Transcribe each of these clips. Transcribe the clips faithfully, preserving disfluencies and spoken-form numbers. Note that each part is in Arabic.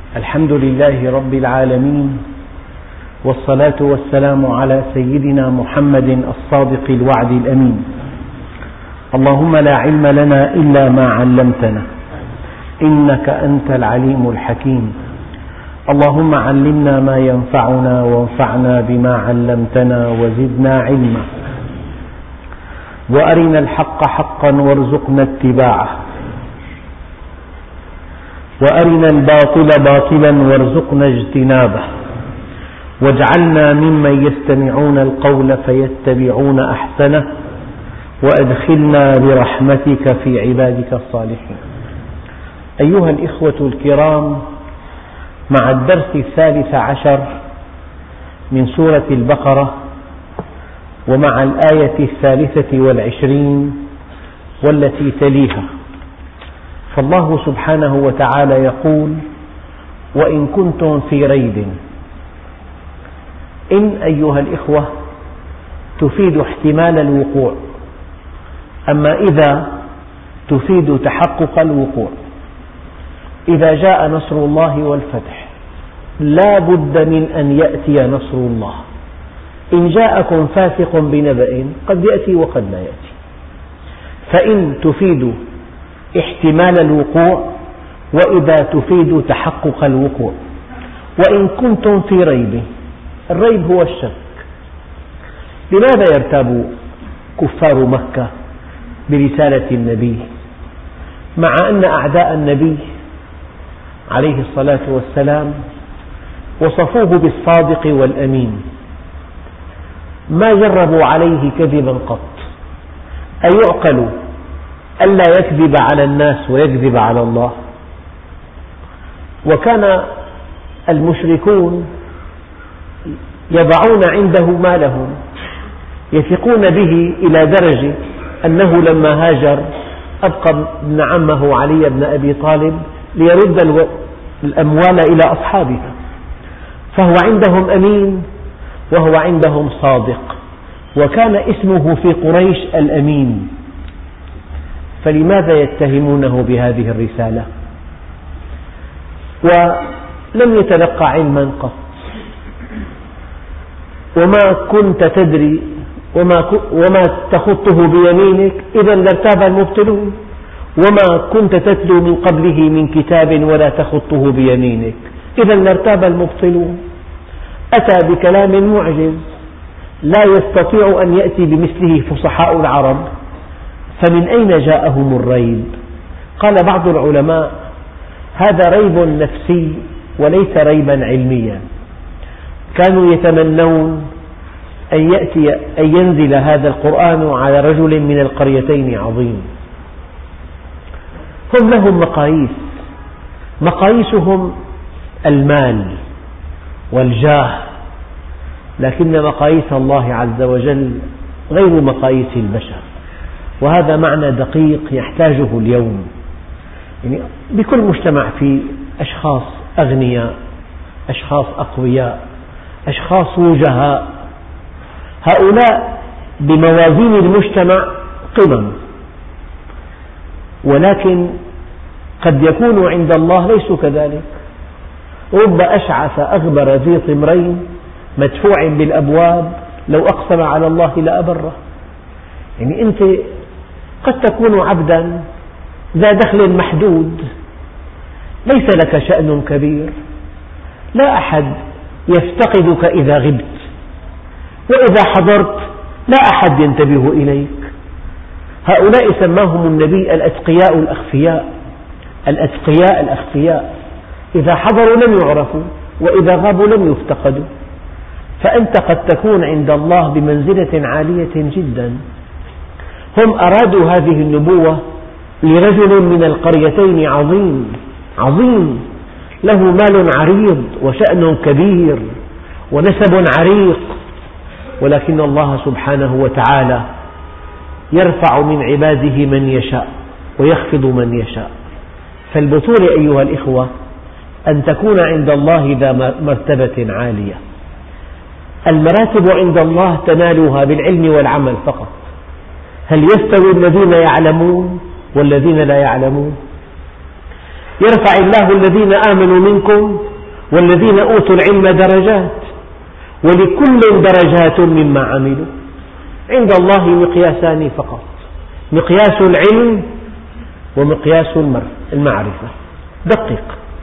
الحمد لله رب العالمين، والصلاة والسلام على سيدنا محمد الصادق الوعد الأمين. اللهم لا علم لنا إلا ما علمتنا إنك أنت العليم الحكيم. اللهم علمنا ما ينفعنا وانفعنا بما علمتنا وزدنا علما، وأرنا الحق حقا وارزقنا اتباعه، وأرنا الباطل باطلا وارزقنا اجتنابه، واجعلنا ممن يستمعون القول فيتبعون أحسنه، وأدخلنا برحمتك في عبادك الصالحين. أيها الإخوة الكرام، مع الدرس الثالث عشر من سورة البقرة، ومع الآية الثالثة والعشرين والتي تليها، فالله سبحانه وتعالى يقول: وإن كنتم في ريب. إن أيها الإخوة تفيد احتمال الوقوع، أما إذا تفيد تحقق الوقوع. إذا جاء نصر الله والفتح لا بد من أن يأتي نصر الله. إن جاءكم فاسق بنبأ قد يأتي وقد لا يأتي، فإن تفيد احتمال الوقوع، وإذا تفيد تحقق الوقوع. وإن كنتم في ريب، الريب هو الشك. لماذا يرتاب كفار مكة برسالة النبي، مع أن أعداء النبي عليه الصلاة والسلام وصفوه بالصادق والأمين، ما جربوا عليه كذبا قط؟ أيعقل ألا يكذب على الناس ويكذب على الله؟ وكان المشركون يضعون عنده ما لهم، يثقون به إلى درجة أنه لما هاجر أبقى ابن عمه علي بن أبي طالب ليرد الأموال إلى أصحابها، فهو عندهم أمين وهو عندهم صادق، وكان اسمه في قريش الأمين. فلماذا يتهمونه بهذه الرسالة؟ ولم يتلقى علما قط، وما كنت تدري وما, وما تخطه بيمينك إذا لارتاب المبطلون، وما كنت تتلو من قبله من كتاب ولا تخطه بيمينك إذا لارتاب المبطلون. أتى بكلام معجز لا يستطيع أن يأتي بمثله فصحاء العرب، فمن أين جاءهم الريب؟ قال بعض العلماء: هذا ريب نفسي وليس ريبا علميا. كانوا يتمنون أن يأتي أن ينزل هذا القرآن على رجل من القريتين عظيم. هم لهم مقاييس، مقاييسهم المال والجاه، لكن مقاييس الله عز وجل غير مقاييس البشر، وهذا معنى دقيق يحتاجه اليوم. يعني بكل مجتمع في أشخاص أغنياء، أشخاص أقوياء، أشخاص وجهاء، هؤلاء بموازين المجتمع قمم، ولكن قد يكونوا عند الله ليسوا كذلك. رب أشعث أغبر ذي طمرين مدفوع بالأبواب لو أقسم على الله لأبره. يعني أنت قد تكون عبدا ذا دخل محدود، ليس لك شأن كبير، لا أحد يفتقدك إذا غبت، وإذا حضرت لا أحد ينتبه إليك. هؤلاء سماهم النبي الأتقياء الأخفياء، الأتقياء الأخفياء، إذا حضروا لم يعرفوا، وإذا غابوا لم يفتقدوا. فأنت قد تكون عند الله بمنزلة عالية جدا. هم أرادوا هذه النبوة لرجل من القريتين عظيم عظيم، له مال عريض وشأن كبير ونسب عريق، ولكن الله سبحانه وتعالى يرفع من عباده من يشاء ويخفض من يشاء. فالبطولة أيها الإخوة أن تكون عند الله ذا مرتبة عالية. المراتب عند الله تنالها بالعلم والعمل فقط. هل يستوي الذين يعلمون والذين لا يعلمون؟ يرفع الله الذين آمنوا منكم والذين أوتوا العلم درجات ولكل درجات مما عملوا. عند الله مقياسان فقط، مقياس العلم ومقياس المعرفة. دقق،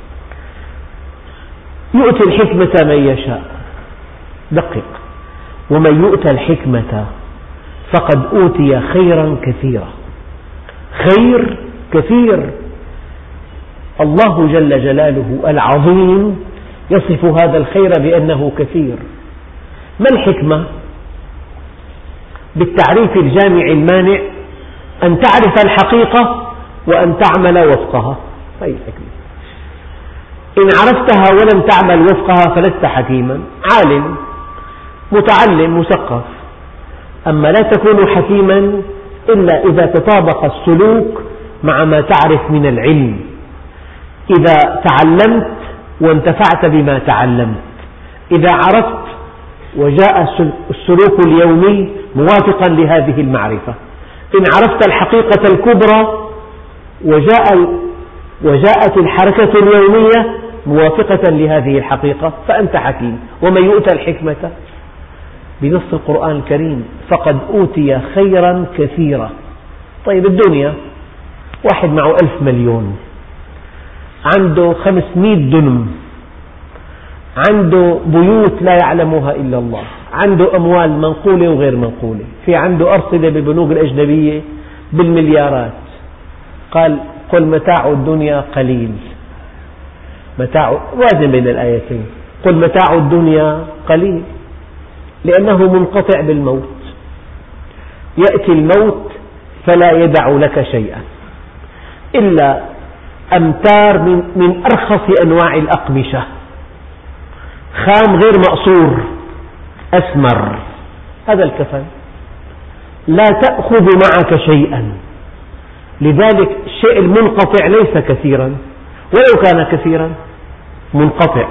يؤتي الحكمة من يشاء، دقق، ومن يؤتى الحكمة فقد أوتي خيرا كثيرا. خير كثير. الله جل جلاله العظيم يصف هذا الخير بأنه كثير. ما الحكمة؟ بالتعريف الجامع المانع أن تعرف الحقيقة وأن تعمل وفقها، هذه الحكمة. إن عرفتها ولم تعمل وفقها فلست حكيما، عالم متعلم مثقف. أما لا تكون حكيما إلا إذا تطابق السلوك مع ما تعرف من العلم، إذا تعلمت وانتفعت بما تعلمت، إذا عرفت وجاء السلوك اليومي موافقا لهذه المعرفة، إن عرفت الحقيقة الكبرى وجاء وجاءت الحركة اليومية موافقة لهذه الحقيقة فأنت حكيم. ومن يؤتى الحكمة بنص القرآن الكريم فقد أوتي خيرا كثيرا. طيب الدنيا، واحد معه ألف مليون، عنده خمسمئة دنم، عنده بيوت لا يعلمها إلا الله، عنده أموال منقولة وغير منقولة، في عنده أرصدة بالبنوك الأجنبية بالمليارات. قال قل متاع الدنيا قليل، متاع وازن بين الآيتين، قل متاع الدنيا قليل لأنه منقطع بالموت. يأتي الموت فلا يدع لك شيئا إلا أمتار من, من أرخص أنواع الأقمشة، خام غير مقصور أسمر، هذا الكفن. لا تأخذ معك شيئا، لذلك الشيء المنقطع ليس كثيرا، ولو كان كثيرا منقطع.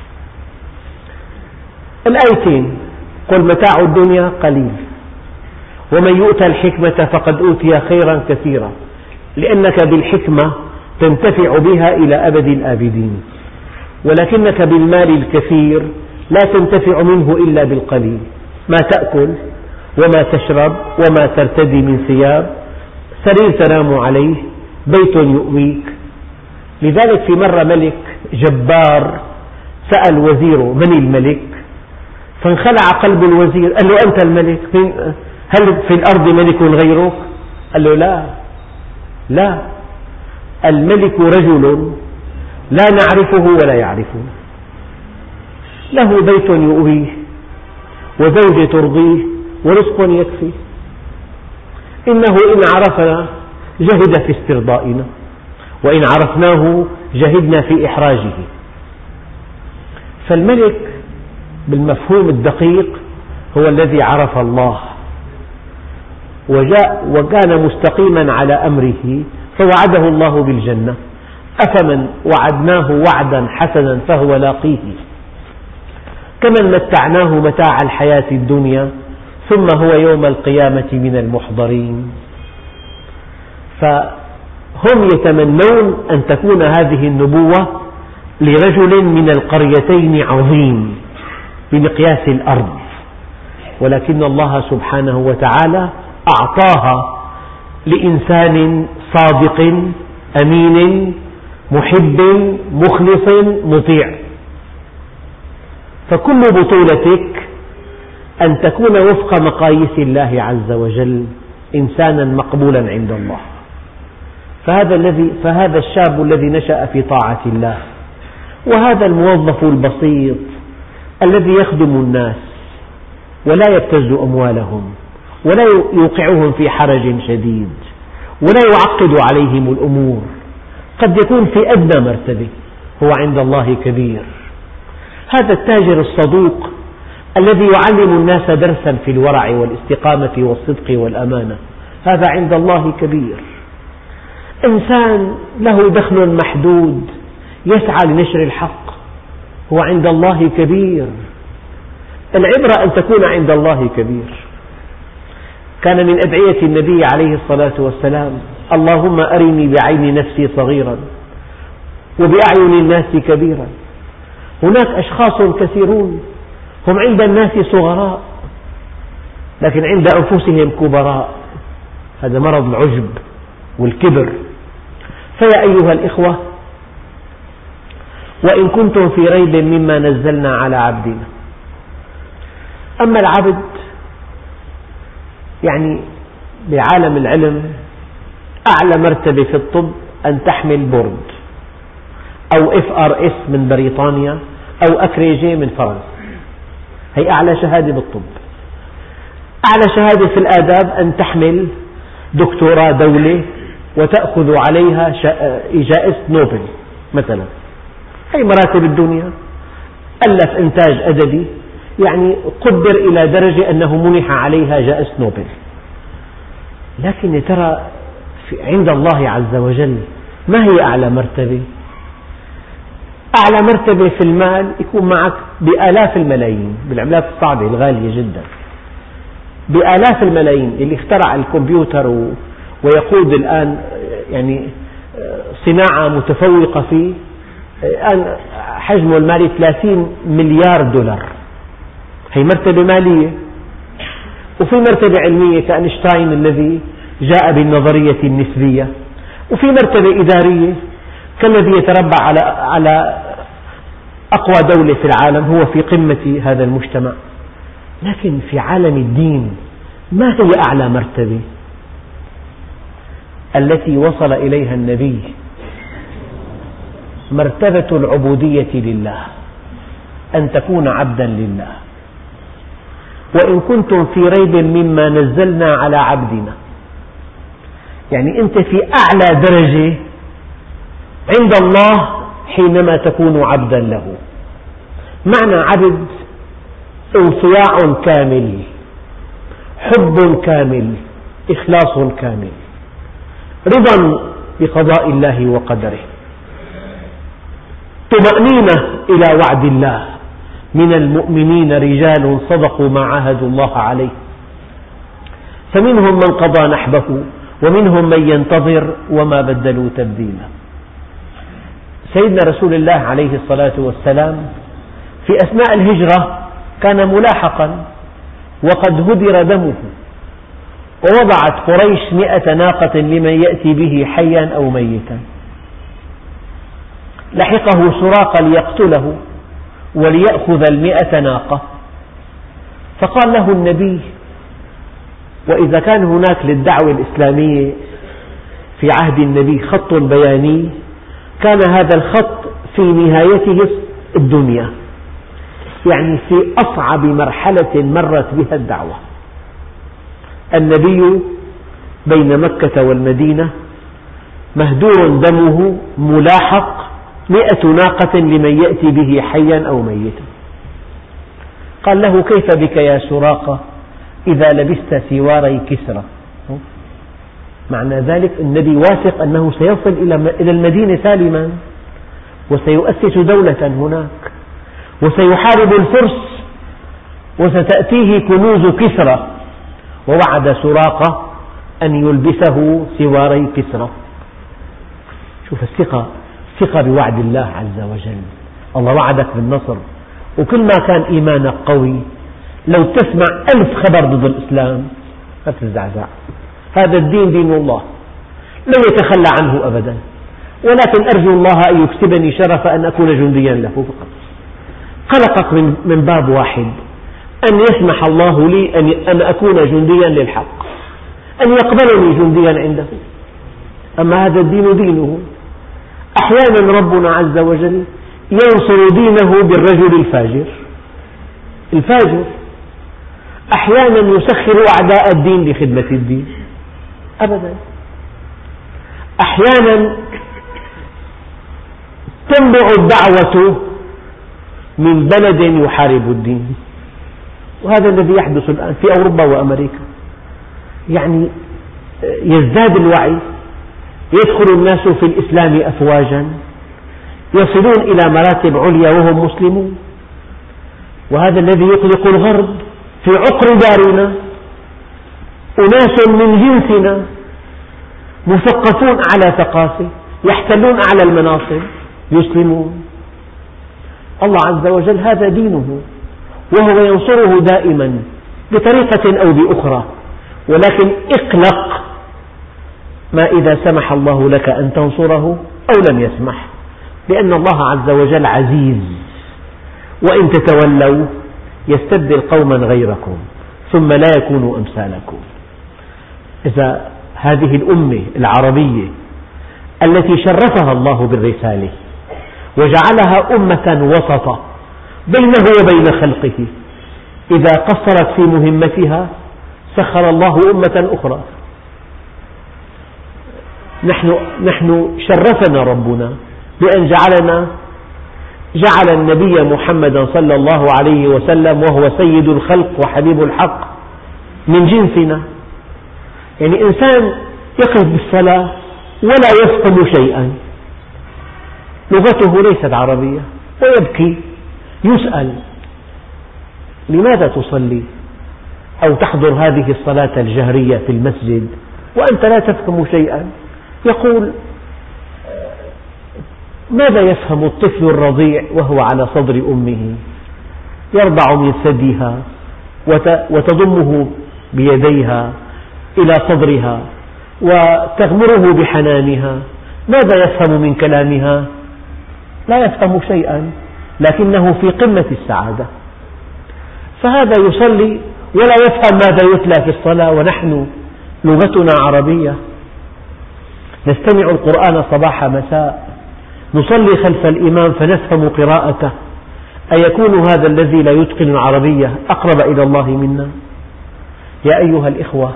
الآيتين قل متاع الدنيا قليل ومن يؤتى الحكمة فقد أوتي خيرا كثيرا، لأنك بالحكمة تنتفع بها إلى أبد الآبدين، ولكنك بالمال الكثير لا تنتفع منه إلا بالقليل. ما تأكل وما تشرب وما ترتدي من ثياب، سرير تنام عليه، بيت يؤويك. لذلك في مرة ملك جبار سأل وزيره من الملك؟ فانخلع قلب الوزير، قال له أنت الملك، هل في الأرض ملك غيرك؟ قال له لا لا، الملك رجل لا نعرفه ولا يعرفه، له بيت يؤويه وزوجة ترضيه ورزق يكفي. إنه إن عرفنا جهد في استرضائنا، وإن عرفناه جهدنا في إحراجه. فالملك بالمفهوم الدقيق هو الذي عرف الله وجاء وكان مستقيما على أمره فوعده الله بالجنة. أفمن وعدناه وعدا حسنا فهو لاقيه، كمن متعناه متاع الحياة الدنيا ثم هو يوم القيامة من المحضرين. فهم يتمنون أن تكون هذه النبوة لرجل من القريتين عظيم بمقياس الأرض، ولكن الله سبحانه وتعالى أعطاها لإنسان صادق أمين محب مخلص مطيع. فكل بطولتك أن تكون وفق مقاييس الله عز وجل، إنسانا مقبولا عند الله. فهذا الذي فهذا الشاب الذي نشأ في طاعة الله، وهذا الموظف البسيط الذي يخدم الناس ولا يبتز أموالهم ولا يوقعهم في حرج شديد ولا يعقد عليهم الأمور، قد يكون في أدنى مرتبة، هو عند الله كبير. هذا التاجر الصدوق الذي يعلم الناس درسا في الورع والاستقامة والصدق والأمانة، هذا عند الله كبير. إنسان له دخل محدود يسعى لنشر الحق، هو عند الله كبير. العبرة أن تكون عند الله كبير. كان من أدعية النبي عليه الصلاة والسلام: اللهم أرني بعين نفسي صغيرا وبأعين الناس كبيرا. هناك أشخاص كثيرون هم عند الناس صغراء لكن عند أنفسهم كبراء، هذا مرض العجب والكبر. فيا أيها الإخوة، وإن كنتم في ريب مما نزلنا على عبدنا. أما العبد يعني بعالم العلم أعلى مرتبة في الطب أن تحمل بورد أو إف آر إس من بريطانيا أو أكريجي من فرنسا، هي أعلى شهادة بالطب. أعلى شهادة في الآداب أن تحمل دكتوراه دولة وتأخذ عليها جائزة نوبل مثلا، هي مراتب الدنيا. ألف إنتاج أدبي يعني قدر إلى درجة أنه منح عليها جائزة نوبل. لكن ترى عند الله عز وجل ما هي أعلى مرتبة؟ أعلى مرتبة في المال يكون معك بآلاف الملايين، بالعملات الصعبة الغالية جدا، بآلاف الملايين. اللي اخترع الكمبيوتر ويقود الآن يعني صناعة متفوقة فيه، الآن حجمه المالي ثلاثين مليار دولار، هي مرتبة مالية. وفي مرتبة علمية كأينشتاين الذي جاء بالنظرية النسبية، وفي مرتبة إدارية كالذي يتربع على على أقوى دولة في العالم، هو في قمة هذا المجتمع. لكن في عالم الدين ما هي أعلى مرتبة؟ التي وصل إليها النبي، مرتبة العبودية لله، أن تكون عبدا لله. وإن كنتم في ريب مما نزلنا على عبدنا، يعني أنت في أعلى درجة عند الله حينما تكون عبدا له. معنى عبد انصياع كامل، حب كامل، إخلاص كامل، رضا بقضاء الله وقدره، طمأنينة إلى وعد الله. من المؤمنين رجال صدقوا ما عاهدوا الله عليه، فمنهم من قضى نحبه ومنهم من ينتظر وما بدلوا تبديلا. سيدنا رسول الله عليه الصلاة والسلام في أثناء الهجرة كان ملاحقا وقد هدر دمه، ووضعت قريش مئة ناقة لمن يأتي به حيا أو ميتا. لحقه سراقة ليقتله وليأخذ المئة ناقة، فقال له النبي: وإذا كان هناك للدعوة الإسلامية في عهد النبي خط بياني، كان هذا الخط في نهايته الدنيا، يعني في أصعب مرحلة مرت بها الدعوة. النبي بين مكة والمدينة مهدور دمه، ملاحق، مئة ناقة لمن يأتي به حيا أو ميتا. قال له: كيف بك يا سراقة إذا لبست سواري كسرى؟ معنى ذلك النبي واثق أنه سيصل إلى المدينة سالما، وسيؤسس دولة هناك، وسيحارب الفرس، وستأتيه كنوز كسرى. ووعد سراقة أن يلبسه سواري كسرى. شوف الثقة، ثقة بوعد الله عز وجل. الله وعدك بالنصر، وكل ما كان إيمانك قوي لو تسمع ألف خبر ضد الإسلام لا تزعزع. هذا الدين دين الله لا يتخلى عنه أبدا، ولكن أرجو الله أن يكسبني شرف أن أكون جنديا له فقط. خلقك من باب واحد، أن يسمح الله لي أن أكون جنديا للحق، أن يقبلني جنديا عنده. أما هذا الدين دينه. أحيانا ربنا عز وجل ينصر دينه بالرجل الفاجر الفاجر أحيانا يسخر أعداء الدين لخدمة الدين أبدا. أحيانا تنبع الدعوة من بلد يحارب الدين، وهذا الذي يحدث الآن في أوروبا وأمريكا. يعني يزداد الوعي، يدخل الناس في الإسلام أفواجا، يصلون إلى مراتب عليا وهم مسلمون. وهذا الذي يقلق الغرب في عقر دارنا، أناس من جنسنا مثقفون على ثقافة، يحتلون أعلى المناصب، يسلمون. الله عز وجل هذا دينه، وهو ينصره دائما بطريقة أو بأخرى، ولكن اقلق ما إذا سمح الله لك أن تنصره أو لم يسمح، لأن الله عز وجل عزيز، وإن تتولوا يستبدل قوما غيركم ثم لا يكونوا أمثالكم. إذا هذه الأمة العربية التي شرفها الله بالرسالة وجعلها أمة وسطا بينه وبين خلقه، إذا قصرت في مهمتها سخر الله أمة أخرى. نحن, نحن شرفنا ربنا بأن جعلنا جعل النبي محمدا صلى الله عليه وسلم وهو سيد الخلق وحبيب الحق من جنسنا. يعني إنسان يقف بالصلاة ولا يفهم شيئا، لغته ليست عربية ويبكي، يسأل لماذا تصلي أو تحضر هذه الصلاة الجهرية في المسجد وأنت لا تفهم شيئا؟ يقول ماذا يفهم الطفل الرضيع وهو على صدر أمه، يرضع من ثديها وتضمه بيديها إلى صدرها وتغمره بحنانها، ماذا يفهم من كلامها؟ لا يفهم شيئا، لكنه في قمة السعادة. فهذا يصلي ولا يفهم ماذا يتلى في الصلاة، ونحن لغتنا عربية، نستمع القرآن صباح مساء، نصلي خلف الإمام فنفهم قراءته. أيكون هذا الذي لا يتقن العربية أقرب إلى الله منا؟ يا أيها الإخوة،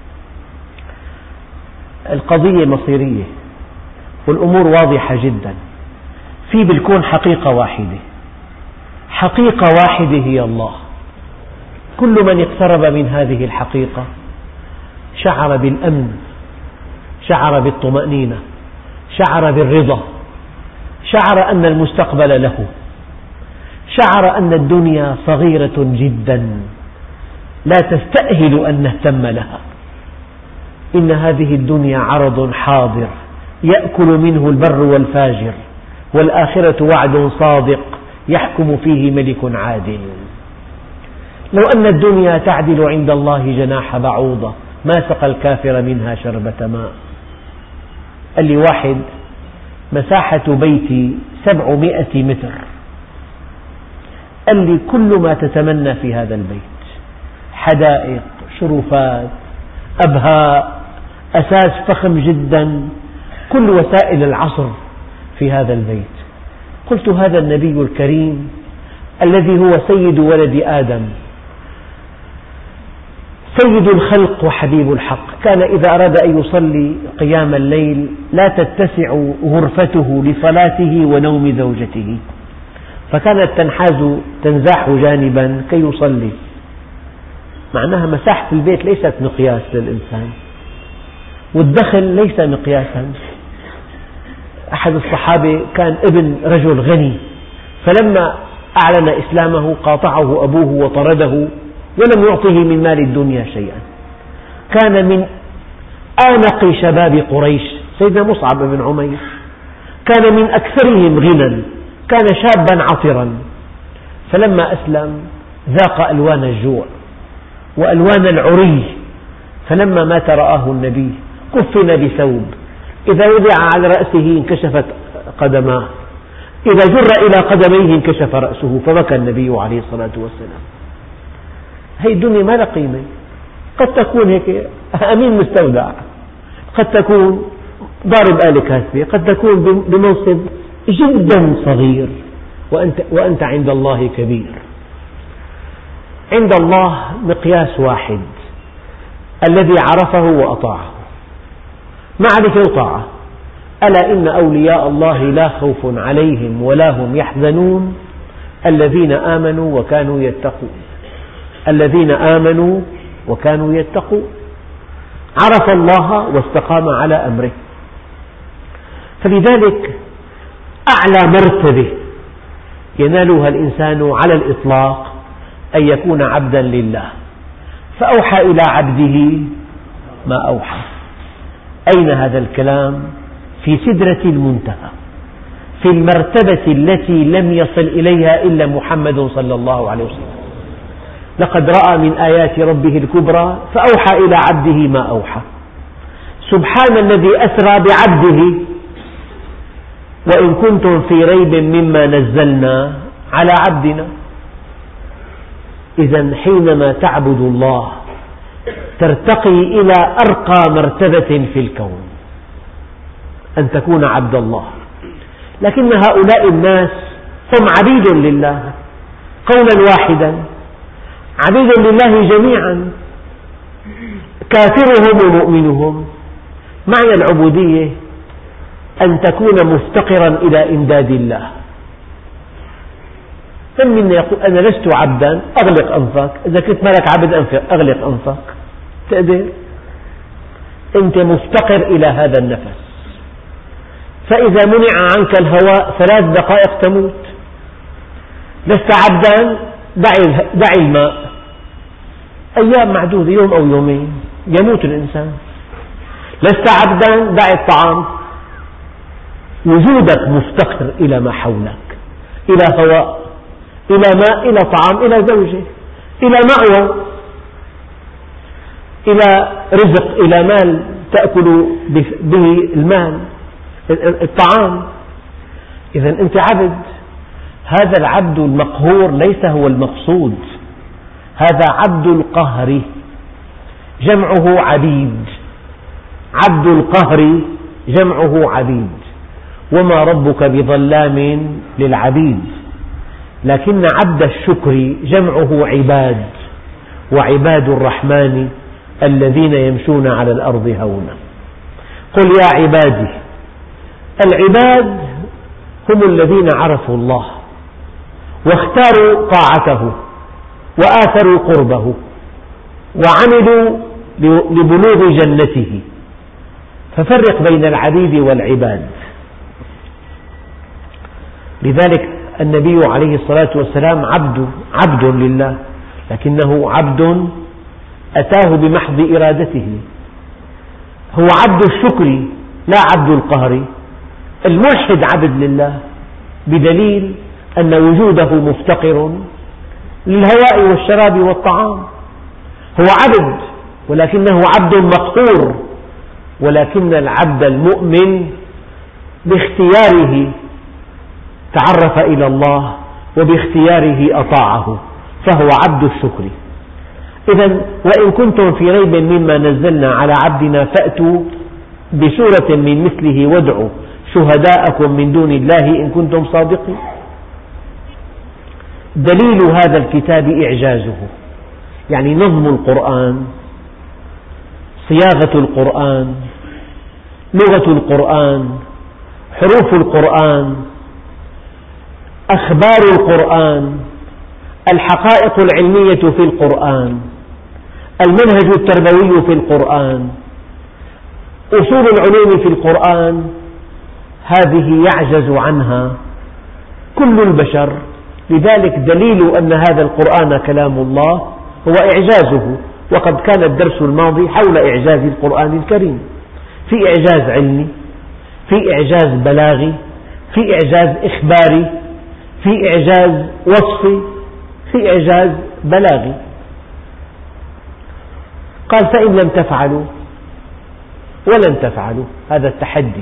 القضية مصيرية والأمور واضحة جدا. في بالكون حقيقة واحدة، حقيقة واحدة هي الله. كل من اقترب من هذه الحقيقة شعر بالأمن، شعر بالطمأنينة، شعر بالرضا، شعر أن المستقبل له، شعر أن الدنيا صغيرة جدا لا تستأهل أن نهتم لها. إن هذه الدنيا عرض حاضر يأكل منه البر والفاجر، والآخرة وعد صادق يحكم فيه ملك عادل. لو أن الدنيا تعدل عند الله جناح بعوضة ما سقى الكافر منها شربة ماء. قال لي واحد مساحة بيتي سبعمائة متر، قال لي كل ما تتمنى في هذا البيت، حدائق، شرفات، أبهاء، أساس فخم جدا، كل وسائل العصر في هذا البيت. قلت هذا النبي الكريم الذي هو سيد ولد آدم، سيد الخلق وحبيب الحق، كان إذا أراد أن يصلي قيام الليل لا تتسع غرفته لصلاته ونوم زوجته، فكانت تنحاز تنزاح جانبا كي يصلي. معناها مساحة البيت ليست مقياس للإنسان، والدخل ليس مقياسا. أحد الصحابة كان ابن رجل غني، فلما أعلن إسلامه قاطعه أبوه وطرده ولم يعطه من مال الدنيا شيئا. كان من آنق شباب قريش سيدنا مصعب بن عمير، كان من أكثرهم غنى، كان شابا عطرا، فلما أسلم ذاق ألوان الجوع وألوان العري، فلما مات رآه النبي كفن بثوب، إذا وضع على رأسه انكشفت قدماه، إذا جر إلى قدميه انكشف رأسه، فبكى النبي عليه الصلاة والسلام. هذه الدنيا ما لها قيمة، قد تكون هيك أمين مستودع، قد تكون ضارب آلة كاسبة، قد تكون بمنصب جدا صغير، وأنت, وأنت عند الله كبير. عند الله مقياس واحد الذي عرفه وأطاعه، معرفة وطاعة. ألا إن أولياء الله لا خوف عليهم ولا هم يحزنون الذين آمنوا وكانوا يتقون، الذين آمنوا وكانوا يتقون. عرف الله واستقام على أمره. فلذلك أعلى مرتبة ينالها الإنسان على الإطلاق أن يكون عبدا لله، فأوحى إلى عبده ما أوحى. أين هذا الكلام؟ في سدرة المنتهى، في المرتبة التي لم يصل إليها إلا محمد صلى الله عليه وسلم. لقد رأى من آيات ربه الكبرى فأوحى إلى عبده ما أوحى. سبحان الذي أسرى بعبده وإن كنتم في ريب مما نزلنا على عبدنا. إذا حينما تعبد الله ترتقي إلى أرقى مرتبة في الكون، أن تكون عبد الله. لكن هؤلاء الناس هم عبيد لله قولا واحدا، عبيد لله جميعا، كافرهم ومؤمنهم. معنى العبودية أن تكون مفتقرا إلى إمداد الله. من منا يقول أنا لست عبدا، أغلق أنفك. إذا كنت مالك عبد أغلق أنفك، تقدر؟ أنت مفتقر إلى هذا النفس. فإذا منع عنك الهواء ثلاث دقائق تموت. لست عبدا، دع الماء، أيام معدودة، يوم أو يومين يموت الإنسان. لست عبدا، دع الطعام. وجودك مفتقر إلى ما حولك، إلى هواء، إلى ماء، إلى طعام، إلى زوجة، إلى مأوى، إلى رزق، إلى مال تأكل به المال، الطعام. إذا أنت عبد. هذا العبد المقهور ليس هو المقصود، هذا عبد القهر، جمعه عبيد. عبد القهر جمعه عبيد. وما ربك بظلام للعبيد. لكن عبد الشكر جمعه عباد، وعباد الرحمن الذين يمشون على الأرض هونا. قل يا عبادي. العباد هم الذين عرفوا الله واختاروا طاعته وآثروا قربه وعملوا لبلوغ جنته. ففرق بين العبيد والعباد. لذلك النبي عليه الصلاة والسلام عبد عبد لله، لكنه عبد أتاه بمحض إرادته. هو عبد الشكر لا عبد القهر. الملحد عبد لله بدليل أن وجوده مفتقر للهواء والشراب والطعام. هو عبد ولكنه عبد مقهور. ولكن العبد المؤمن باختياره تعرف إلى الله وباختياره أطاعه، فهو عبد الشكر. إذن وإن كنتم في ريب مما نزلنا على عبدنا فأتوا بسورة من مثله وادعوا شهداءكم من دون الله إن كنتم صادقين. دليل هذا الكتاب إعجازه، يعني نظم القرآن، صياغة القرآن، لغة القرآن، حروف القرآن، أخبار القرآن، الحقائق العلمية في القرآن، المنهج التربوي في القرآن، أصول العلوم في القرآن. هذه يعجز عنها كل البشر. لذلك دليل أن هذا القرآن كلام الله هو إعجازه. وقد كان الدرس الماضي حول إعجاز القرآن الكريم، في إعجاز علمي، في إعجاز بلاغي، في إعجاز إخباري، في إعجاز وصفي، في إعجاز بلاغي. قال فإن لم تفعلوا ولن تفعلوا، هذا التحدي.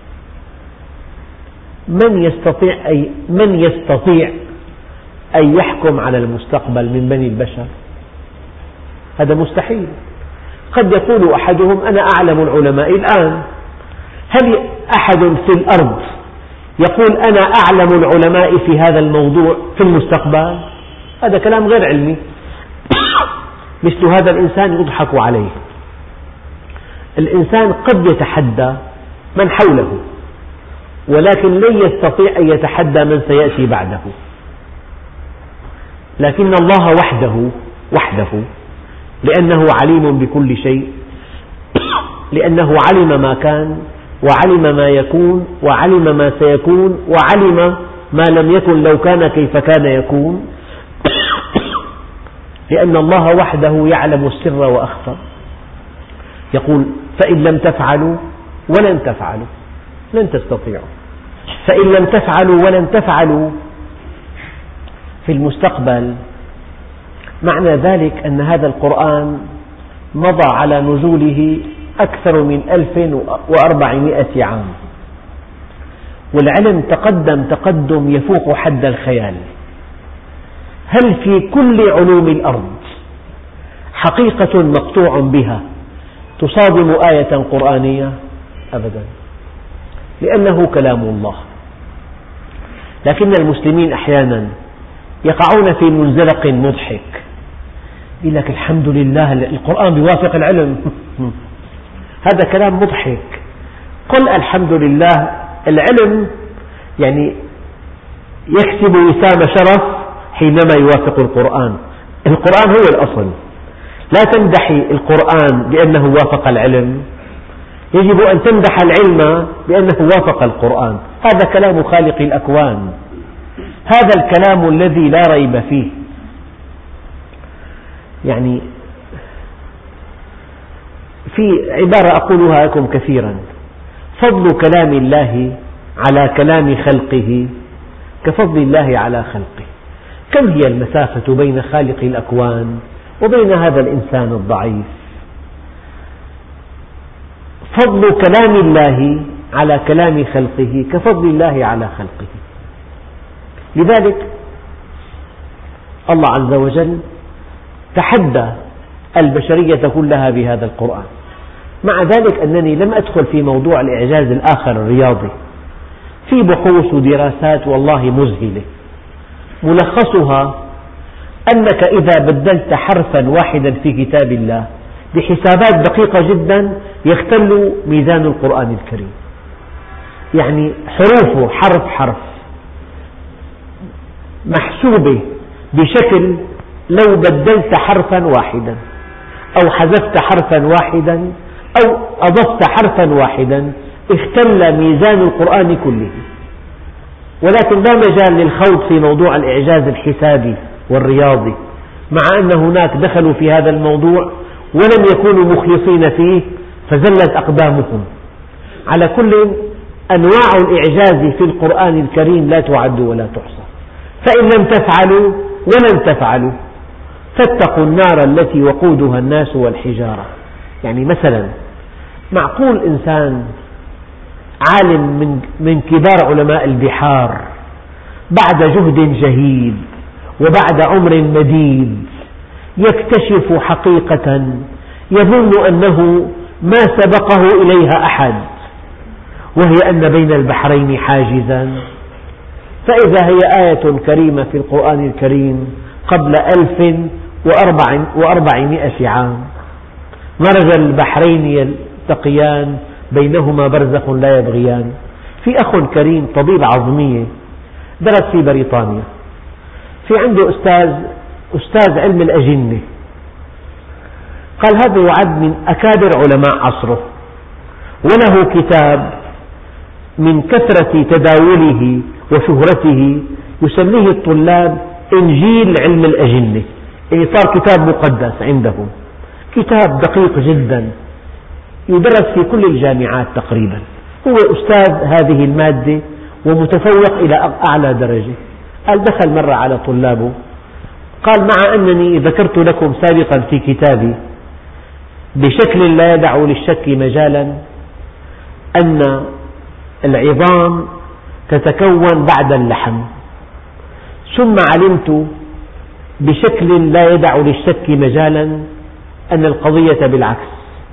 من يستطيع أي من يستطيع أن يحكم على المستقبل من بني البشر؟ هذا مستحيل. قد يقول أحدهم أنا أعلم العلماء الآن. هل أحد في الأرض يقول أنا أعلم العلماء في هذا الموضوع في المستقبل؟ هذا كلام غير علمي. مثل هذا الإنسان يضحك عليه. الإنسان قد يتحدى من حوله، ولكن لن يستطيع أن يتحدى من سيأتي بعده. لكن الله وحده وحده لأنه عليم بكل شيء، لأنه علم ما كان وعلم ما يكون وعلم ما سيكون وعلم ما لم يكن لو كان كيف كان يكون. لأن الله وحده يعلم السر وأخفى. يقول فإن لم تفعلوا ولن تفعلوا، لن تستطيعوا. فإن لم تفعلوا ولن تفعلوا في المستقبل، معنى ذلك أن هذا القرآن مضى على نزوله أكثر من ألف وأربعمائة عام، والعلم تقدم تقدم يفوق حد الخيال. هل في كل علوم الأرض حقيقة مقطوع بها تصادم آية قرآنية؟ أبدا، لأنه كلام الله. لكن المسلمين أحيانا يقعون في منزلق مضحك، يقول لك الحمد لله القرآن يوافق العلم. هذا كلام مضحك. قل الحمد لله، العلم يعني يكسب وسام شرف حينما يوافق القرآن. القرآن هو الأصل، لا تمدحي القرآن بأنه وافق العلم، يجب أن تمدح العلم بأنه وافق القرآن. هذا كلام خالق الأكوان، هذا الكلام الذي لا ريب فيه. يعني في عبارة أقولها لكم كثيرا: فضل كلام الله على كلام خلقه كفضل الله على خلقه. كم هي المسافة بين خالق الأكوان وبين هذا الإنسان الضعيف؟ فضل كلام الله على كلام خلقه كفضل الله على خلقه. لذلك الله عز وجل تحدى البشرية كلها بهذا القرآن. مع ذلك أنني لم أدخل في موضوع الإعجاز الآخر الرياضي، في بحوث ودراسات والله مذهلة، ملخصها أنك إذا بدلت حرفا واحدا في كتاب الله بحسابات دقيقة جدا يختل ميزان القرآن الكريم. يعني حروفه حرف حرف محسوبة بشكل لو بدلت حرفا واحدا أو حذفت حرفا واحدا أو أضفت حرفا واحدا اختل ميزان القرآن كله. ولكن لا مجال للخوض في موضوع الإعجاز الحسابي والرياضي، مع أن هناك دخلوا في هذا الموضوع ولم يكونوا مخلصين فيه فزلت أقدامهم. على كل، أنواع الإعجاز في القرآن الكريم لا تعد ولا تحصى. فإن لم تفعلوا ولن تفعلوا فاتقوا النار التي وقودها الناس والحجارة. يعني مثلا معقول إنسان عالم من, من كبار علماء البحار بعد جهد جهيد وبعد عمر مديد يكتشف حقيقة يظن أنه ما سبقه إليها أحد، وهي أن بين البحرين حاجزا، فإذا هي آية كريمة في القرآن الكريم قبل ألف وأربعمائة عام: مرج البحرين يلتقيان بينهما برزخ لا يبغيان. في أخ كريم طبيب عظمية درس في بريطانيا، في عنده أستاذ أستاذ علم الأجنة، قال هذا يعد من أكابر علماء عصره، وله كتاب من كثرة تداوله وشهرته يسميه الطلاب إنجيل علم الأجنة، يعني صار كتاب مقدس عندهم، كتاب دقيق جدا يدرس في كل الجامعات تقريبا. هو أستاذ هذه المادة ومتفوق إلى أعلى درجة. قال دخل مرة على طلابه قال: مع أنني ذكرت لكم سابقا في كتابي بشكل لا يدع للشك مجالا أن العظام تتكون بعد اللحم، ثم علمت بشكل لا يدع للشك مجالا أن القضية بالعكس،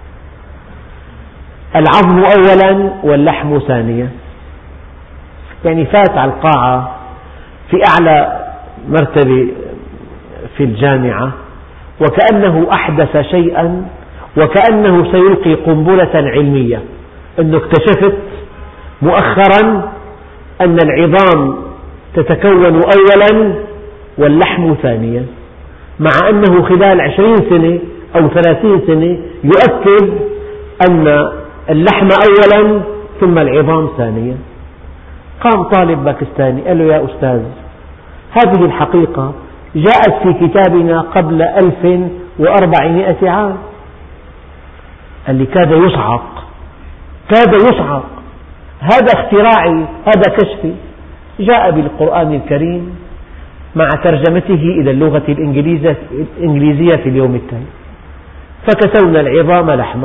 العظم أولا واللحم ثانيا. يعني فات على القاعة في أعلى مرتبة في الجامعة وكأنه أحدث شيئا، وكأنه سيلقي قنبلة علمية، أنه اكتشفت مؤخرا أن العظام تتكون أولا واللحم ثانيا، مع أنه خلال عشرين سنة أو ثلاثين سنة يؤكد أن اللحم أولا ثم العظام ثانيا. قام طالب باكستاني قال له: يا أستاذ، هذه الحقيقة جاءت في كتابنا قبل ألف وأربعمائة عام. قال لي: كاد يصعق كاد يصعق هذا اختراعي، هذا كشفي، جاء بالقرآن الكريم مع ترجمته إلى اللغة الإنجليزية في اليوم التالي، فكسونا العظام لحمة.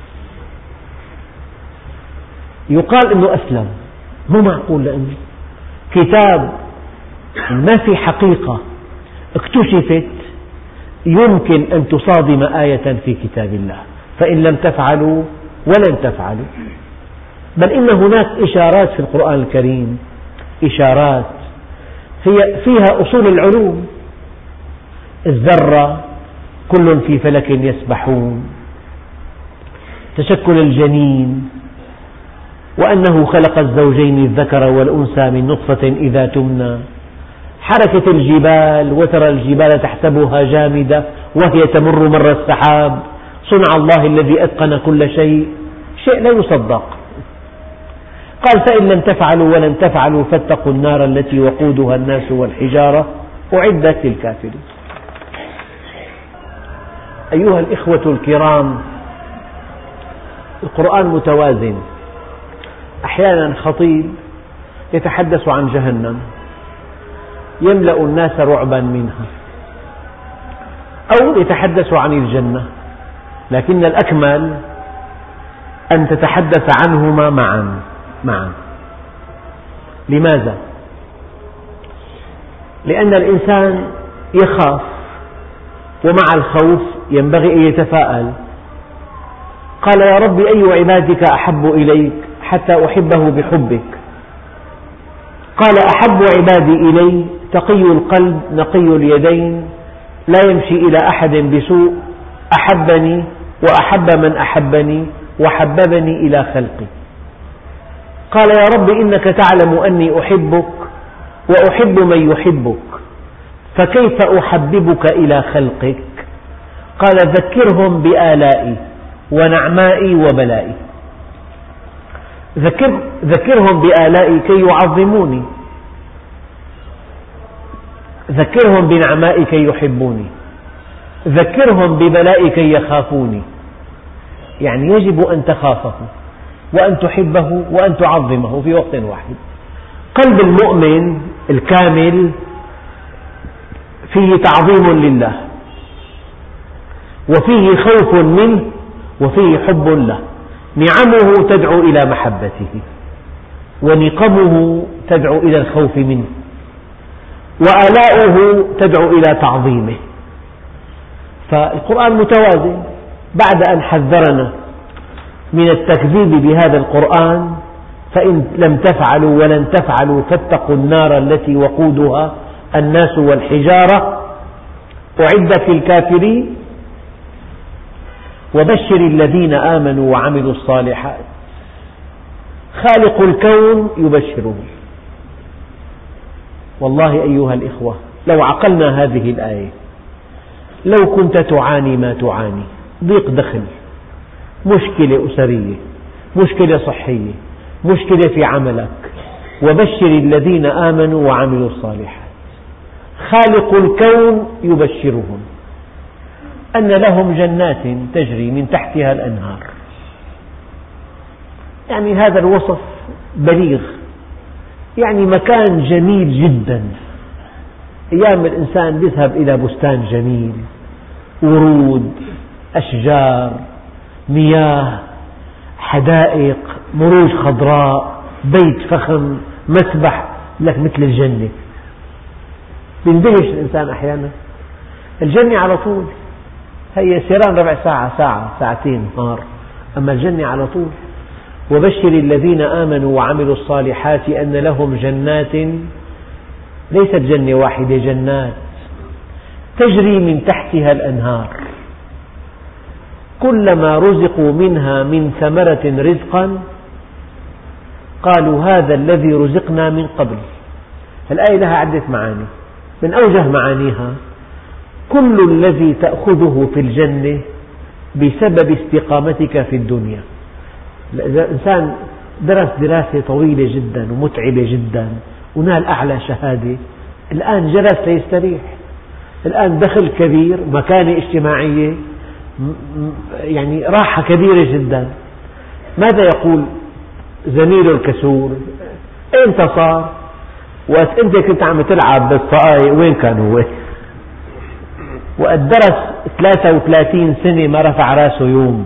يقال أنه أسلم، مو معقول، لأنه كتاب ما في حقيقة اكتشفت يمكن أن تصادم آية في كتاب الله، فإن لم تفعلوا ولن تفعلوا. بل إن هناك إشارات في القرآن الكريم، إشارات هي فيها أصول العلوم، الذرة كل في فلك يسبحون، تشكل الجنين، وأنه خلق الزوجين الذكر والأنثى من نطفة إذا تمنى، حركة الجبال وترى الجبال تحسبها جامدة وهي تمر مر السحاب، صنع الله الذي أتقن كل شيء، شيء لا يصدق. قال فإن لم تفعلوا ولن تفعلوا فاتقوا النار التي وقودها الناس والحجارة أعدت للكافرين. أيها الإخوة الكرام، القرآن متوازن، أحيانا خطيب يتحدث عن جهنم يملأ الناس رعبا منها، أو يتحدث عن الجنة، لكن الأكمل أن تتحدث عنهما معا معا. لماذا؟ لأن الإنسان يخاف، ومع الخوف ينبغي أن يتفاءل. قال يا رب أي عبادك أحب إليك حتى أحبه بحبك؟ قال أحب عبادي إلي تقي القلب نقي اليدين لا يمشي إلى أحد بسوء أحبني وأحب من أحبني وحببني إلى خلقي. قال يا رب إنك تعلم أني أحبك وأحب من يحبك، فكيف أحببك إلى خلقك؟ قال ذكرهم بآلائي ونعمائي وبلائي. ذكر ذكرهم بآلائي كي يعظموني، ذكرهم بنعمائي كي يحبوني، ذكرهم ببلائي كي يخافوني. يعني يجب أن تخافه وأن تحبه وأن تعظمه في وقت واحد. قلب المؤمن الكامل فيه تعظيم لله، وفيه خوف منه، وفيه حب له. نعمه تدعو إلى محبته، ونقمه تدعو إلى الخوف منه، وآلاؤه تدعو إلى تعظيمه. فالقرآن متوازن. بعد أن حذرنا من التكذيب بهذا القرآن، فإن لم تفعلوا ولن تفعلوا فاتقوا النار التي وقودها الناس والحجارة أعدت للكافرين وبشر الذين آمنوا وعملوا الصالحات. خالق الكون يبشره. والله أيها الإخوة، لو عقلنا هذه الآية، لو كنت تعاني ما تعاني، ضيق دخل، مشكلة أسرية، مشكلة صحية، مشكلة في عملك، وبشر الذين آمنوا وعملوا الصالحات. خالق الكون يبشرهم أن لهم جنات تجري من تحتها الأنهار. يعني هذا الوصف بليغ، يعني مكان جميل جدا. أيام الإنسان يذهب إلى بستان جميل، ورود، أشجار، مياه، حدائق، مروج خضراء، بيت فخم، مسبح، لك مثل الجنة. بيندهش الإنسان أحيانا. الجنة على طول، هي سيران ربع ساعة، ساعة، ساعتين، نهار، أما الجنة على طول. وبشر الذين آمنوا وعملوا الصالحات أن لهم جنات، ليست جنة واحدة، جنات تجري من تحتها الأنهار، كلما رزقوا منها من ثمرة رزقا قالوا هذا الذي رزقنا من قبل. الآية لها عدة معاني، من أوجه معانيها كل الذي تأخذه في الجنة بسبب استقامتك في الدنيا. إذا الإنسان درس دراسة طويلة جدا ومتعبة جدا ونال أعلى شهادة، الآن جلس ليستريح، الآن دخل كبير، مكانة اجتماعية، يعني راحة كبيرة جدا. ماذا يقول زميله الكسور أنت صار، وقت أنت كنت عم تلعب بالطاقة وين كان هو؟ وقت درس ثلاثة وثلاثين سنة ما رفع راسه يوم،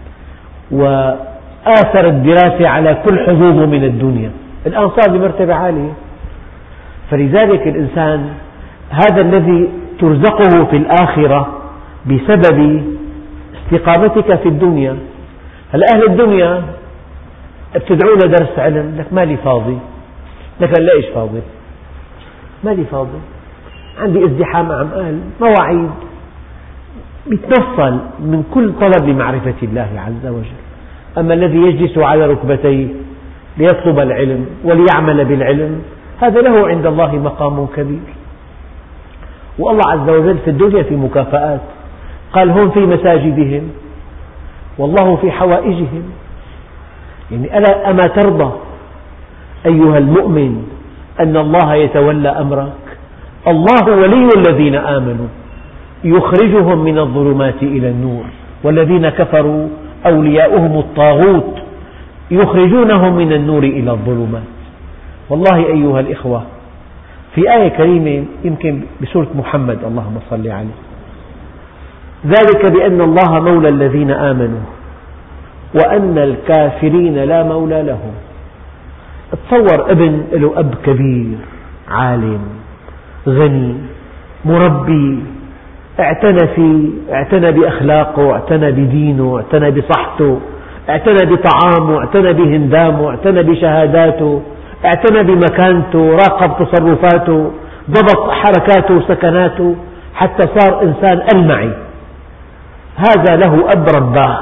وآثر الدراسة على كل حظوظه من الدنيا، الآن صار بمرتبة عالية. فلذلك الإنسان هذا الذي ترزقه في الآخرة بسبب استقامتك في الدنيا. هلا أهل الدنيا بتدعونا درس علم، لك مالي فاضي، لك لا إيش فاضي، مالي فاضي، عندي ازدحام عم قال مواعيد، بيتنصل من كل طلب لمعرفة الله عز وجل. أما الذي يجلس على ركبتيه ليطلب العلم وليعمل بالعلم هذا له عند الله مقام كبير. والله عز وجل في الدنيا في مكافآت، قال هم في مساجدهم والله في حوائجهم. يعني ألا أما ترضى أيها المؤمن أن الله يتولى أمرك؟ الله ولي الذين آمنوا يخرجهم من الظلمات إلى النور، والذين كفروا أولياؤهم الطاغوت يخرجونهم من النور إلى الظلمات. والله أيها الإخوة في آية كريمة يمكن بسورة محمد اللهم صل عليه، ذلك بأن الله مولى الذين آمنوا وأن الكافرين لا مولى لهم. تصور ابن له أب كبير عالم غني مربي، اعتنى فيه، اعتنى بأخلاقه، اعتنى بدينه، اعتنى بصحته، اعتنى بطعامه، اعتنى بهندامه، اعتنى بشهاداته، اعتنى بمكانته، راقب تصرفاته، ضبط حركاته وسكناته حتى صار إنسان ألمعي. هذا له أب رباه،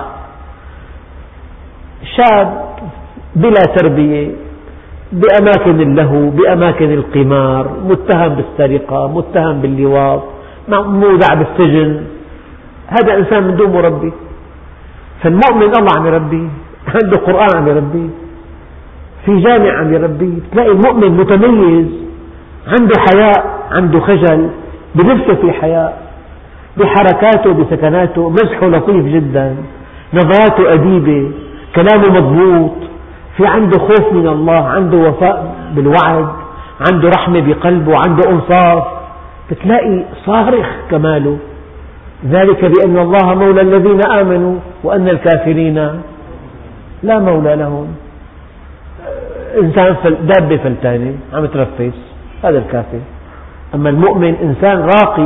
شاب بلا تربية بأماكن اللهو، بأماكن القمار، متهم بالسرقة، متهم باللواط، مودع بالسجن، هذا إنسان من دون مربي. فالمؤمن الله عم يربيه، عنده قرآن عم يربيه، في جامع عم يربيه. تلاقي المؤمن متميز، عنده حياء، عنده خجل، بلبسه في حياء، بحركاته بسكناته، مزحه لطيف جدا، نظراته أديبة، كلامه مضبوط، في عنده خوف من الله، عنده وفاء بالوعد، عنده رحمة بقلبه، عنده إنصاف، بتلاقي صارخ كماله. ذلك بأن الله مولى الذين آمنوا وأن الكافرين لا مولى لهم. إنسان دابة فلتانة عم ترفس، هذا الكافر. أما المؤمن إنسان راقي.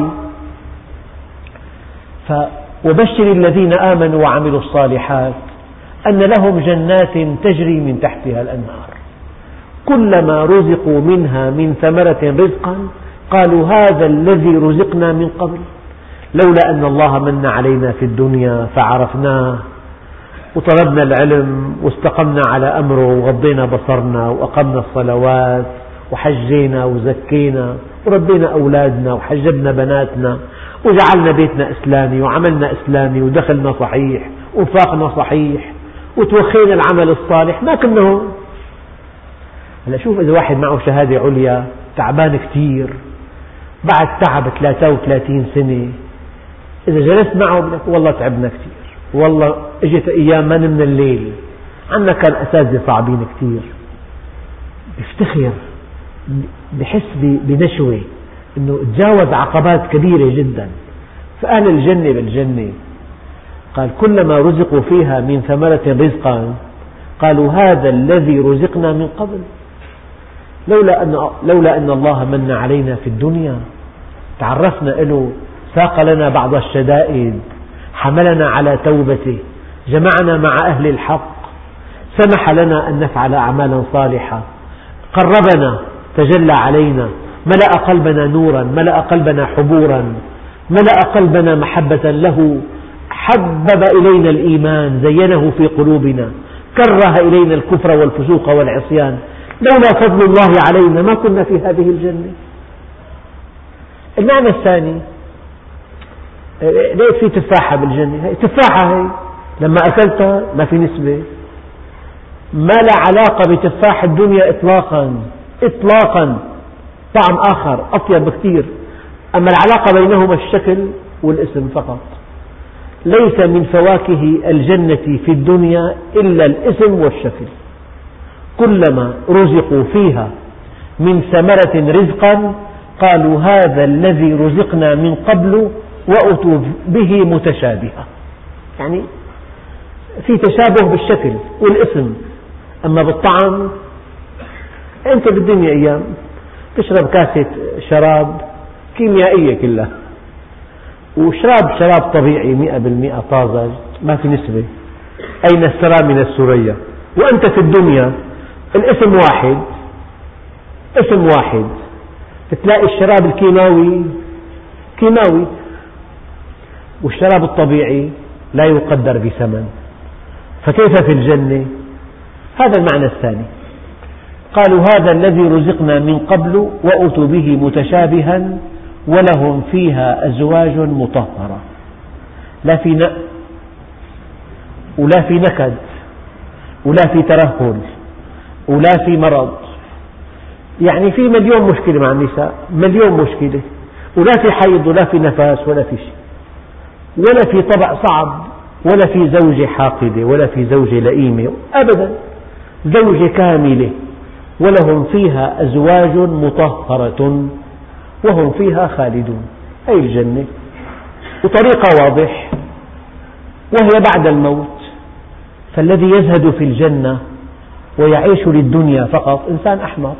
وبشر الذين آمنوا وعملوا الصالحات أن لهم جنات تجري من تحتها الأنهار كلما رزقوا منها من ثمرة رزقا قالوا هذا الذي رزقنا من قبل لولا أن الله من علينا في الدنيا فعرفناه وطلبنا العلم واستقمنا على أمره وغضينا بصرنا وأقمنا الصلوات وحجينا وزكينا وربينا أولادنا وحجبنا بناتنا وجعلنا بيتنا إسلامي وعملنا إسلامي ودخلنا صحيح وانفاقنا صحيح وتوخينا العمل الصالح ما كنا هون. هلا شوف إذا واحد معه شهادة عليا تعبان كتير بعد تعب ثلاثة وثلاثين سنة، إذا جلست معه بقول لك والله تعبنا كتير، والله اجت أيام ما نمنا الليل، عنا كان أساتذة صعبين كتير، بيفتخر، بحس بنشوة أنه تجاوز عقبات كبيرة جدا. فأهل الجنة بالجنة قال كلما رزقوا فيها من ثمرة رزقا قالوا هذا الذي رزقنا من قبل لولا أن, لولا أن الله من علينا في الدنيا تعرفنا له، ساق لنا بعض الشدائد، حملنا على توبته، جمعنا مع أهل الحق، سمح لنا أن نفعل أعمالا صالحة، قربنا، تجلى علينا، ملأ قلبنا نورا، ملأ قلبنا حبورا، ملأ قلبنا محبة له، حبب إلينا الإيمان، زينه في قلوبنا، كره إلينا الكفر والفسوق والعصيان، لولا فضل الله علينا ما كنا في هذه الجنة. المعنى الثاني لقيت في تفاحة بالجنة، تفاحة هي لما أكلتها ما في نسبة، ما لا علاقة بتفاح الدنيا إطلاقا إطلاقا، طعم آخر أطيب بكثير، أما العلاقة بينهما الشكل والاسم فقط. ليس من فواكه الجنة في الدنيا إلا الاسم والشكل، كلما رزقوا فيها من ثمرة رزقا قالوا هذا الذي رزقنا من قبل وأتوا به متشابها، يعني في تشابه بالشكل والاسم، أما بالطعم أنت بالدنيا أيام تشرب كاسة شراب كيميائية كلها، وشراب شراب طبيعي مئة بالمئة طازج ما في نسبة. أين السرى من السرية؟ وأنت في الدنيا الاسم واحد، اسم واحد، تلاقي الشراب الكيماوي كيماوي والشراب الطبيعي لا يقدر بثمن، فكيف في الجنة؟ هذا المعنى الثاني. قالوا هذا الذي رزقنا من قبل وأتوا به متشابها ولهم فيها أزواج مطهرة، لا في نق ولا في نكد ولا في ترهل ولا في مرض، يعني في مليون مشكلة مع النساء، مليون مشكلة، ولا في حيض ولا في نفاس ولا في شيء، ولا في طبع صعب ولا في زوجة حاقدة ولا في زوجة لئيمة أبدا، زوجة كاملة. ولهم فيها أزواج مطهرة وهم فيها خالدون، أي الجنة، وطريقة واضح وهي بعد الموت. فالذي يزهد في الجنة ويعيش للدنيا فقط إنسان أحمق.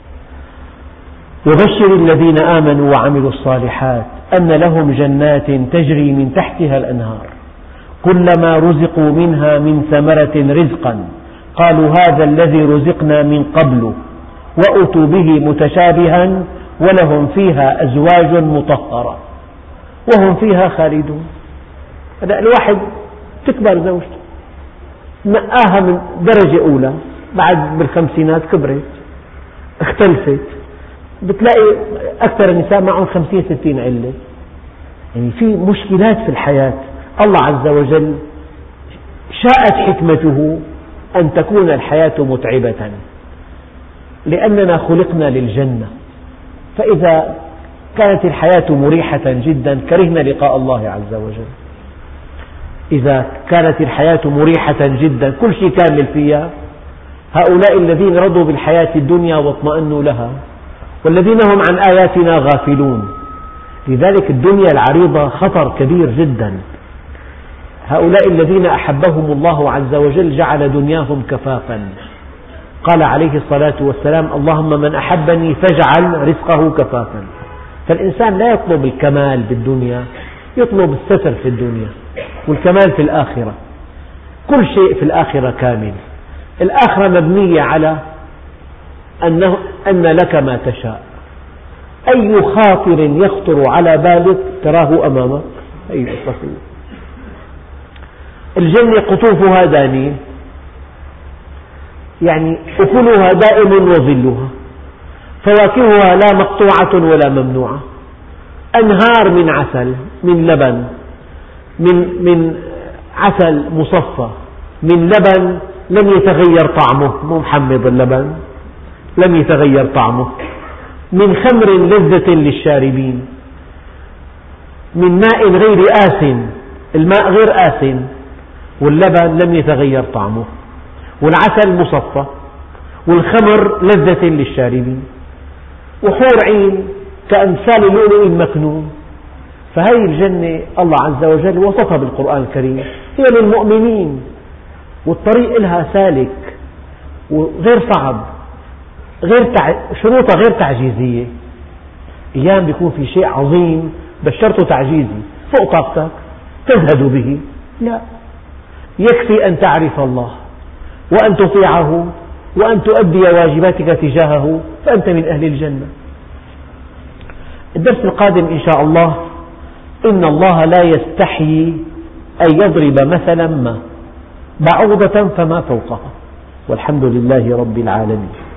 وبشر الذين آمنوا وعملوا الصالحات أن لهم جنات تجري من تحتها الأنهار كلما رزقوا منها من ثمرة رزقا قالوا هذا الذي رزقنا من قبل وأتوا به متشابها ولهم فيها أزواج مطهرة وهم فيها خالدون. هذا الواحد تكبر زوجته، نقاها من درجة أولى، بعد بالخمسينات كبرت اختلفت، بتلاقي أكثر النساء معهم خمسين ستين علة، يعني في مشكلات في الحياة. الله عز وجل شاءت حكمته أن تكون الحياة متعبة لأننا خلقنا للجنة، فإذا كانت الحياة مريحة جدا كرهنا لقاء الله عز وجل. إذا كانت الحياة مريحة جدا كل شيء كامل فيها، هؤلاء الذين رضوا بالحياة الدنيا واطمأنوا لها والذين هم عن آياتنا غافلون. لذلك الدنيا العريضة خطر كبير جدا. هؤلاء الذين أحبهم الله عز وجل جعل دنياهم كفافا، قال عليه الصلاة والسلام اللهم من أحبني فاجعل رزقه كفافا. فالإنسان لا يطلب الكمال بالدنيا، يطلب الستر في الدنيا والكمال في الآخرة. كل شيء في الآخرة كامل. الآخرة مبنية على أنه أن لك ما تشاء، أي خاطر يخطر على بالك تراه أمامك. أي الصفية. الجنة قطوفها دانية، يعني أكلها دائم وظلها، فواكهها لا مقطوعة ولا ممنوعة، أنهار من عسل، من لبن، من من عسل مصفى، من لبن لم يتغير طعمه، مو محمض اللبن لم يتغير طعمه، من خمر لذة للشاربين، من ماء غير آسن، الماء غير آسن واللبن لم يتغير طعمه، والعسل مصفى، والخمر لذة للشاربين، وحور عين كأمثال اللؤلؤ المكنون. فهذه الجنة الله عز وجل وصفها بالقرآن الكريم، هي للمؤمنين والطريق لها سالك وغير صعب، غير تع... شروطها غير تعجيزية. أيام بيكون في شيء عظيم بس شرطه تعجيزي فوق طاقتك تزهد به، لا، يكفي أن تعرف الله وأن تطيعه وأن تؤدي واجباتك تجاهه فأنت من أهل الجنة. الدرس القادم إن شاء الله إن الله لا يستحيي أن يضرب مثلا ما بعوضة فما فوقها، والحمد لله رب العالمين.